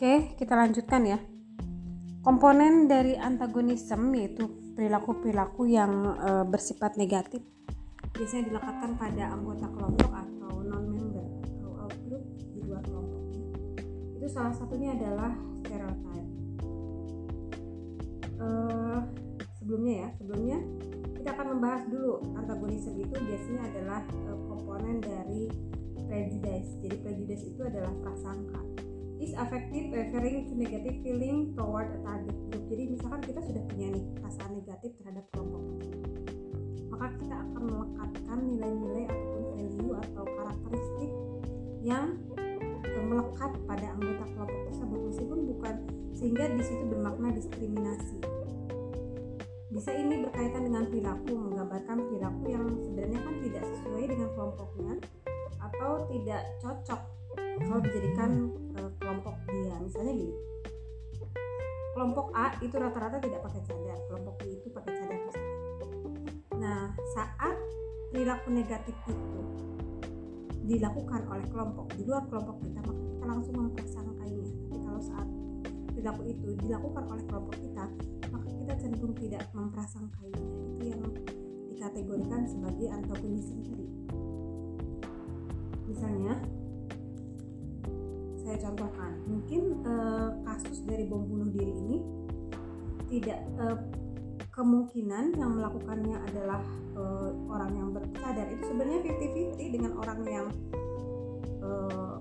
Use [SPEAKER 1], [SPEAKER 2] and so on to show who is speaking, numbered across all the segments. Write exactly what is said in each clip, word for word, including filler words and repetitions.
[SPEAKER 1] Oke, kita lanjutkan ya. Komponen dari antagonisme yaitu perilaku-perilaku yang e, bersifat negatif biasanya dilekatkan pada anggota kelompok atau non-member atau outgroup di luar kelompoknya. Itu salah satunya adalah stereotype. E, sebelumnya ya, sebelumnya kita akan membahas dulu antagonisme itu biasanya adalah e, komponen dari prejudice. Jadi prejudice itu adalah prasangka. Is affective referring to negative feeling toward a target group. Jadi misalkan kita sudah punya nih perasaan negatif terhadap kelompok, maka kita akan melekatkan nilai-nilai ataupun value atau karakteristik yang melekat pada anggota kelompok tersebut meskipun bukan, sehingga di situ bermakna diskriminasi. Bisa ini berkaitan dengan perilaku, menggambarkan perilaku yang sebenarnya kan tidak sesuai dengan kelompoknya atau tidak cocok kalau dijadikan e, kelompok dia. Misalnya gini, kelompok A itu rata-rata tidak pakai cadar, kelompok B itu pakai cadar misalnya. Nah, saat perilaku negatif itu dilakukan oleh kelompok di luar kelompok kita, maka kita langsung memprasangkainya. Tapi kalau saat perilaku itu dilakukan oleh kelompok kita, maka kita cenderung tidak memprasangkainya. Itu yang dikategorikan sebagai antagonisme tadi. Misalnya, saya contohkan, mungkin eh, kasus dari bom bunuh diri ini tidak eh, kemungkinan yang melakukannya adalah eh, orang yang bercadar. Itu sebenarnya lima puluh lima puluh dengan orang yang eh,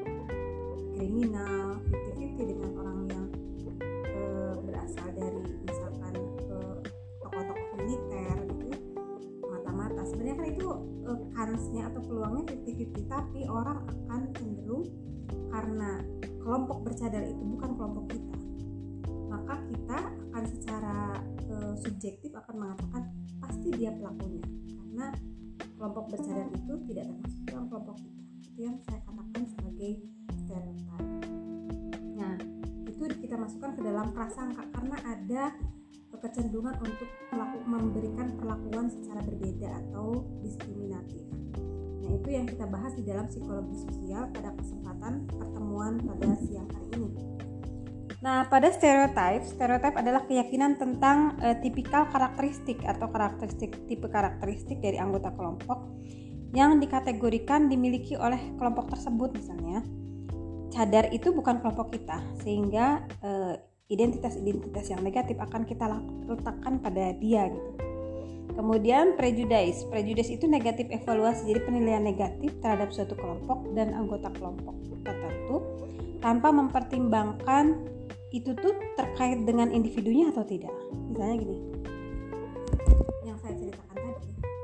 [SPEAKER 1] kriminal, lima puluh lima puluh dengan orang yang eh, berasal dari misalkan eh, tokoh-tokoh militer gitu, mata-mata. Sebenarnya kan itu eh, kansnya atau peluangnya lima puluh lima puluh, tapi orang akan cenderung karena kelompok bercadar itu bukan kelompok kita, maka kita akan secara e, subjektif akan mengatakan pasti dia pelakunya karena kelompok bercadar itu tidak termasuk dalam kelompok kita. Itu yang saya katakan sebagai stereotype. Nah, itu kita masukkan ke dalam prasangka karena ada kecenderungan untuk pelaku memberikan perlakuan secara berbeda atau diskriminatif. Nah, itu yang kita bahas di dalam psikologi sosial pada kesempatan pertemuan pada siang hari ini. Nah, pada stereotype, stereotype adalah keyakinan tentang e, tipikal karakteristik atau karakteristik tipe karakteristik dari anggota kelompok yang dikategorikan dimiliki oleh kelompok tersebut. Misalnya, cadar itu bukan kelompok kita, sehingga e, identitas-identitas yang negatif akan kita letakkan pada dia gitu. Kemudian prejudice, prejudice itu negatif evaluasi, jadi penilaian negatif terhadap suatu kelompok dan anggota kelompok tertentu tanpa mempertimbangkan itu tuh terkait dengan individunya atau tidak. Misalnya gini, yang saya ceritakan tadi,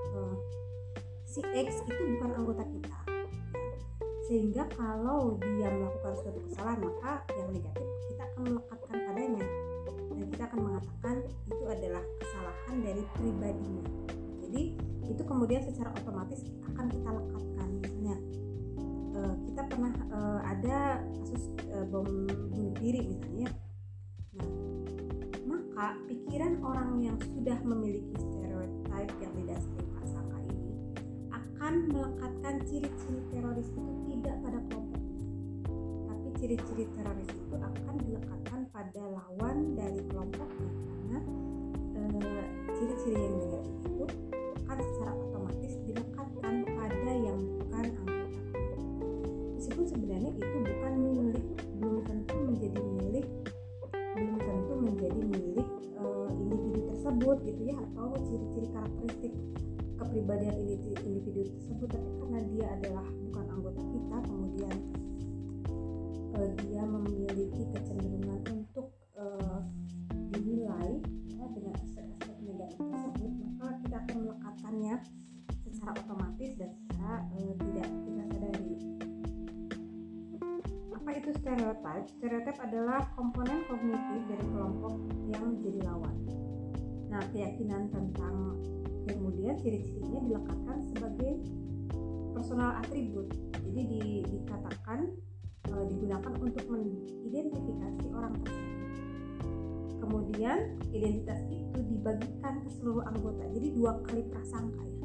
[SPEAKER 1] si X itu bukan anggota kita, sehingga kalau dia melakukan suatu kesalahan maka yang negatif kita akan melekatkan padanya. Dan kita akan mengatakan itu adalah kesalahan dari pribadinya. Jadi itu kemudian secara otomatis akan kita lekatkan. Misalnya uh, kita pernah uh, ada kasus uh, bom bunuh diri misalnya. Nah, maka pikiran orang yang sudah memiliki stereotype yang didasari prasangka ini akan melekatkan ciri-ciri teroris itu tidak pada kelompoknya, tapi ciri-ciri teroris itu akan dilekatkan pada lawan dari kelompoknya karena e, ciri-ciri yang negatif itu akan secara otomatis dilekatkan pada yang bukan anggota kelompok. Meskipun sebenarnya itu bukan milik, belum tentu menjadi milik, belum tentu menjadi milik e, individu tersebut gitu ya, atau ciri-ciri karakteristik kepribadian individu tersebut, tapi karena dia adalah bukan anggota kita, kemudian uh, dia memiliki kecenderungan untuk uh, dinilai ya, dengan aspek-aspek negatif tersebut, maka kita akan melekatkannya secara otomatis dan secara uh, tidak kita sadari. Apa itu stereotype? Stereotype adalah komponen kognitif dari kelompok yang menjadi lawan. Nah, keyakinan tentang kemudian ciri-cirinya dilekatkan sebagai personal atribut. Jadi di, dikatakan e, digunakan untuk mengidentifikasi orang tersebut. Kemudian identitas itu dibagikan ke seluruh anggota. Jadi dua kali prasangka ya.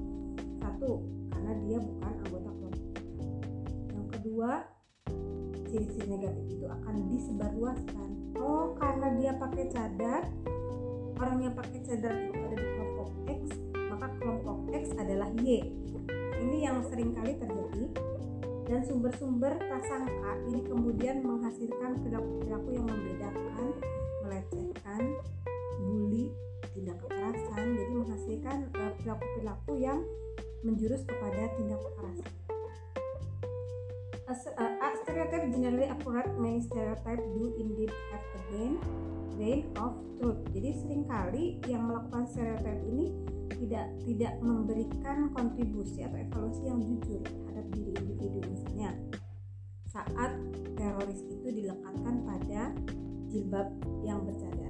[SPEAKER 1] Satu, karena dia bukan anggota kelompok. Yang kedua, ciri-ciri negatif itu akan disebarluaskan. Oh, karena dia pakai cadar, orang yang pakai cadar itu ada di kelompok X, maka kelompok X adalah Y. Ini yang seringkali terjadi, dan sumber-sumber prasangka ini kemudian menghasilkan perilaku-perilaku yang membedakan, melecehkan, bully, tindak kekerasan. Jadi menghasilkan uh, perilaku-perilaku yang menjurus kepada tindak kekerasan. A, a, a stereotype generally accurate, many stereotypes do indeed have a grain, grain of truth. Jadi seringkali yang melakukan stereotip ini tidak tidak memberikan kontribusi atau evaluasi yang jujur terhadap diri individu. Misalnya saat teroris itu dilekatkan pada jilbab yang bercadar,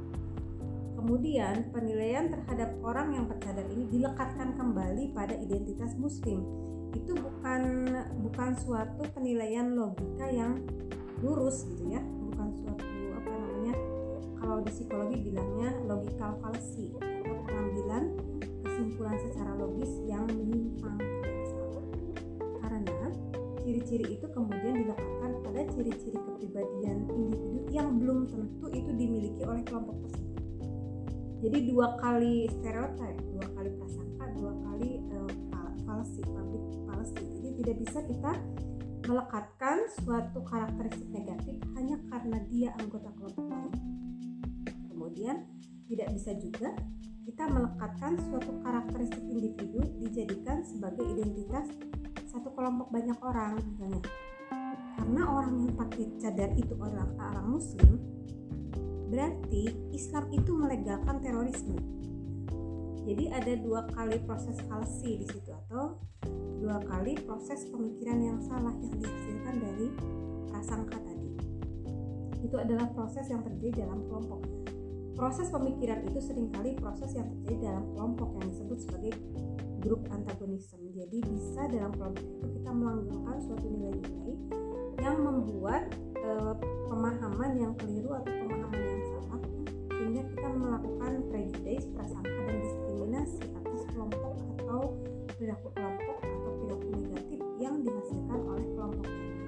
[SPEAKER 1] kemudian penilaian terhadap orang yang bercadar ini dilekatkan kembali pada identitas muslim. Itu bukan bukan suatu penilaian logika yang lurus gitu ya, bukan suatu apa namanya, kalau di psikologi bilangnya logical fallacy atau pengambilan kesimpulan secara logis yang menyimpang dan salah. Karena ciri-ciri itu kemudian dilekatkan pada ciri-ciri kepribadian individu yang belum tentu itu dimiliki oleh kelompok tersebut. Jadi dua kali stereotip, dua kali prasangka, dua kali uh, fallacy, public fallacy. Jadi tidak bisa kita melekatkan suatu karakteristik negatif hanya karena dia anggota kelompok lain. Kemudian tidak bisa juga kita melekatkan suatu karakteristik individu dijadikan sebagai identitas satu kelompok banyak orang misalnya. Karena orang yang pakai cadar itu orang orang muslim, berarti Islam itu melegalkan terorisme. Jadi ada dua kali proses fallacy di situ, atau dua kali proses pemikiran yang salah yang dihasilkan dari prasangka tadi. Itu adalah proses yang terjadi dalam kelompok. Proses pemikiran itu seringkali proses yang terjadi dalam kelompok yang disebut sebagai grup antagonisme. Jadi bisa dalam kelompok itu kita melanggengkan suatu nilai-nilai yang membuat e, pemahaman yang keliru atau pemahaman yang salah, sehingga kita melakukan prejudice, prasangka dan diskriminasi atas kelompok atau perilaku kelompok atau perilaku negatif yang dihasilkan oleh kelompok yang lain.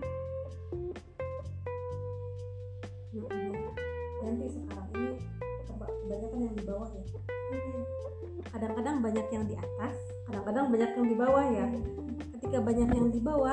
[SPEAKER 1] Nanti sekarang ini kebanyakan yang di bawah ya. Kadang-kadang banyak yang di atas, kadang-kadang banyak yang di bawah ya. Ketika banyak yang di bawah,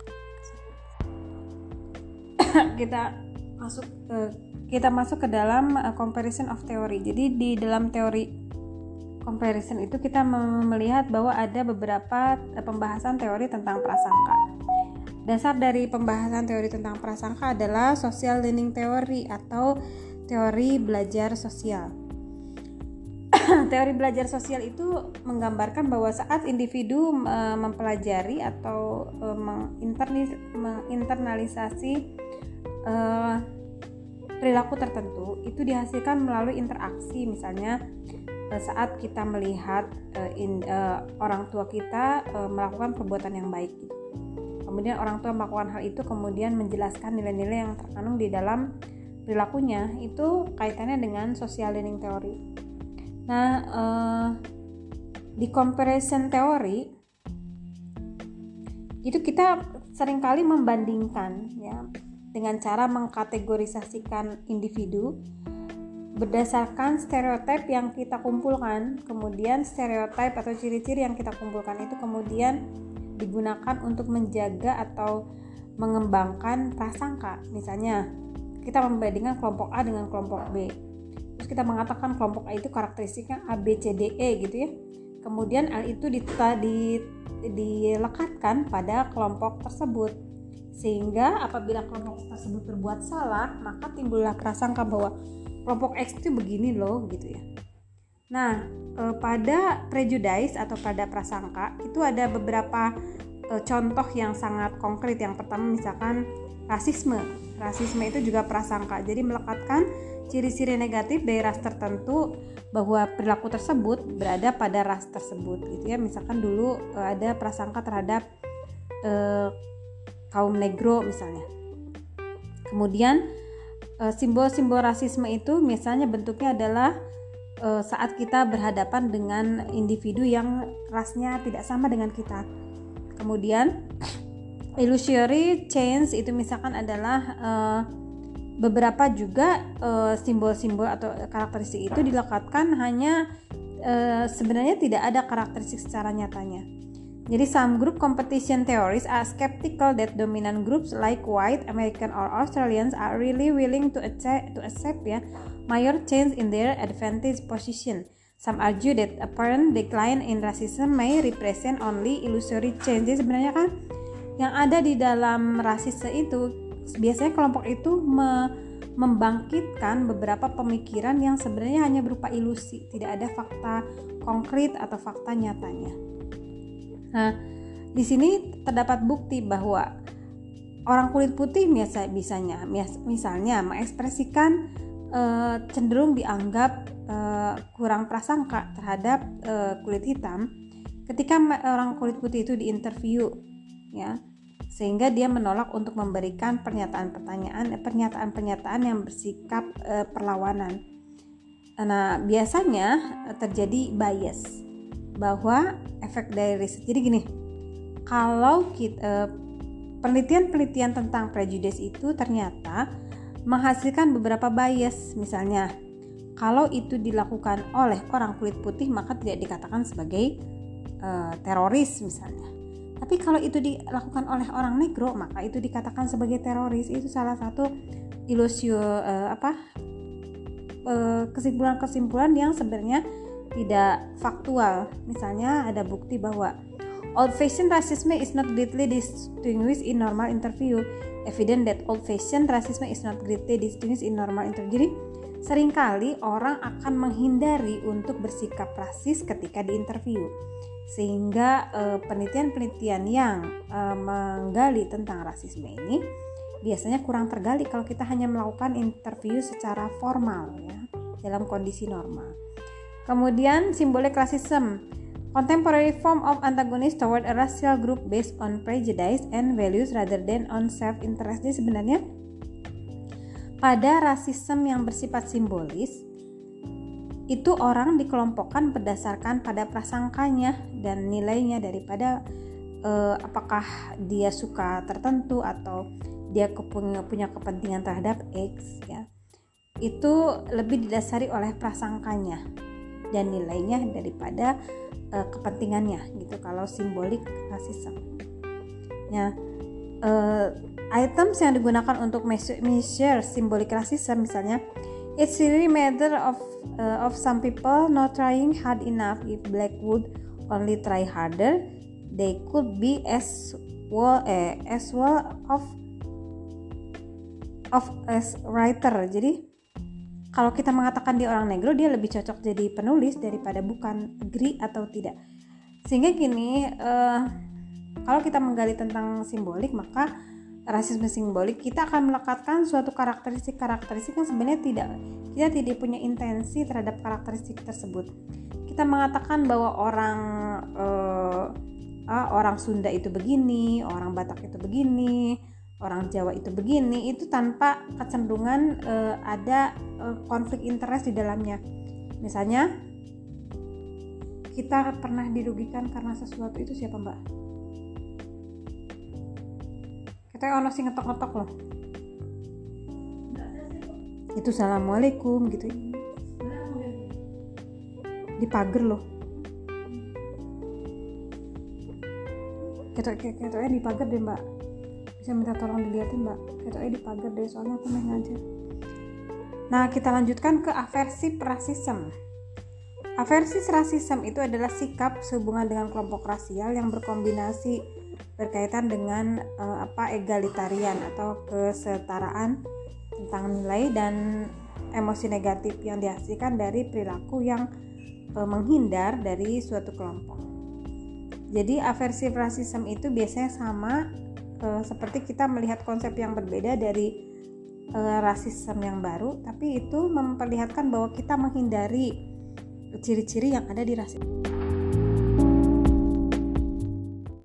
[SPEAKER 1] kita masuk ke kita masuk ke dalam uh, comparison of theory. Jadi di dalam teori comparison itu kita melihat bahwa ada beberapa uh, pembahasan teori tentang prasangka. Dasar dari pembahasan teori tentang prasangka adalah social learning theory atau teori belajar sosial. Teori belajar sosial itu menggambarkan bahwa saat individu uh, mempelajari atau uh, menginternis, menginternalisasi uh, perilaku tertentu, itu dihasilkan melalui interaksi. Misalnya uh, saat kita melihat uh, in, uh, orang tua kita uh, melakukan perbuatan yang baik gitu. Kemudian orang tua melakukan hal itu kemudian menjelaskan nilai-nilai yang terkandung di dalam perilakunya, itu kaitannya dengan social learning theory. Nah, uh, di comparison theory itu kita seringkali membandingkan ya dengan cara mengkategorisasikan individu berdasarkan stereotip yang kita kumpulkan. Kemudian stereotip atau ciri-ciri yang kita kumpulkan itu kemudian digunakan untuk menjaga atau mengembangkan prasangka. Misalnya kita membandingkan kelompok A dengan kelompok B. Terus kita mengatakan kelompok A itu karakteristiknya A, B, C, D, E gitu ya. Kemudian hal itu di, di, dilekatkan pada kelompok tersebut. Sehingga apabila kelompok tersebut berbuat salah, maka timbullah prasangka bahwa kelompok X itu begini loh gitu ya. Nah, eh, pada prejudice atau pada prasangka itu ada beberapa eh, contoh yang sangat konkret. Yang pertama misalkan rasisme. Rasisme itu juga prasangka. Jadi melekatkan ciri-ciri negatif dari ras tertentu bahwa perilaku tersebut berada pada ras tersebut gitu ya. Misalkan dulu e, ada prasangka terhadap e, kaum negro misalnya. Kemudian e, simbol-simbol rasisme itu misalnya bentuknya adalah e, saat kita berhadapan dengan individu yang rasnya tidak sama dengan kita. Kemudian illusory change itu misalkan adalah uh, beberapa juga uh, simbol-simbol atau karakteristik itu dilekatkan hanya uh, sebenarnya tidak ada karakteristik secara nyatanya. Jadi some group competition theories are skeptical that dominant groups like white, American or Australians are really willing to accept, to accept ya major change in their advantage position. Some argue that apparent decline in racism may represent only illusory change. Jadi sebenarnya kan yang ada di dalam rasisme itu biasanya kelompok itu me- membangkitkan beberapa pemikiran yang sebenarnya hanya berupa ilusi, tidak ada fakta konkret atau fakta nyatanya. Nah, di sini terdapat bukti bahwa orang kulit putih biasa bisanya misalnya mengekspresikan e, cenderung dianggap e, kurang prasangka terhadap e, kulit hitam ketika orang kulit putih itu diinterview, ya, sehingga dia menolak untuk memberikan pernyataan-pertanyaan, pernyataan-pernyataan yang bersikap e, perlawanan. Nah, biasanya terjadi bias bahwa efek dari riset. Jadi gini, kalau kita, eh, penelitian-penelitian tentang prejudice itu ternyata menghasilkan beberapa bias. Misalnya, kalau itu dilakukan oleh orang kulit putih maka tidak dikatakan sebagai eh, teroris misalnya. Tapi kalau itu dilakukan oleh orang negro maka itu dikatakan sebagai teroris. Itu salah satu ilusio eh, apa eh, kesimpulan-kesimpulan yang sebenarnya tidak faktual. Misalnya ada bukti bahwa old-fashioned racism is not greatly distinguished in normal interview. Evident that old-fashioned racism is not greatly distinguished in normal interview. Jadi seringkali orang akan menghindari untuk bersikap rasis ketika diinterview. Sehingga eh, penelitian-penelitian yang eh, menggali tentang rasisme ini biasanya kurang tergali kalau kita hanya melakukan interview secara formal, ya, dalam kondisi normal. Kemudian simbolik racism, contemporary form of antagonism toward a racial group based on prejudice and values rather than on self-interest. Jadi sebenarnya pada rasisme yang bersifat simbolis itu orang dikelompokkan berdasarkan pada prasangkanya dan nilainya daripada eh, apakah dia suka tertentu atau dia punya, punya kepentingan terhadap X, ya. Itu lebih didasari oleh prasangkanya dan nilainya daripada uh, kepentingannya gitu kalau simbolik rasisme. Ya, uh, items yang digunakan untuk measure simbolik rasisme misalnya, it's really matter of uh, of some people not trying hard enough. If black would only try harder, they could be as well eh, as well of of as writer. Jadi kalau kita mengatakan dia orang negro, dia lebih cocok jadi penulis daripada bukan, agree atau tidak. Sehingga gini, uh, kalau kita menggali tentang simbolik, maka rasisme simbolik kita akan melekatkan suatu karakteristik-karakteristik yang sebenarnya tidak, kita tidak punya intensi terhadap karakteristik tersebut. Kita mengatakan bahwa orang uh, uh, orang Sunda itu begini, orang Batak itu begini, orang Jawa itu begini, itu tanpa kecenderungan uh, ada uh, konflik interest di dalamnya. Misalnya kita pernah dirugikan karena sesuatu, itu siapa mbak? Kita ono sing ngetok-ngetok loh. Itu assalamualaikum gitu. Di pagar loh. Ketok-ketoknya di pagar deh mbak. Bisa minta tolong dilihatin mbak, ketoknya di pagar deh, soalnya aku main ngajar. Nah, kita lanjutkan ke aversive racism. Aversive racism itu adalah sikap sehubungan dengan kelompok rasial yang berkombinasi berkaitan dengan uh, apa egalitarian atau kesetaraan tentang nilai dan emosi negatif yang dihasilkan dari perilaku yang uh, menghindar dari suatu kelompok. Jadi aversive racism itu biasanya sama Uh, seperti kita melihat konsep yang berbeda dari uh, rasisme yang baru, tapi itu memperlihatkan bahwa kita menghindari ciri-ciri yang ada di rasisme.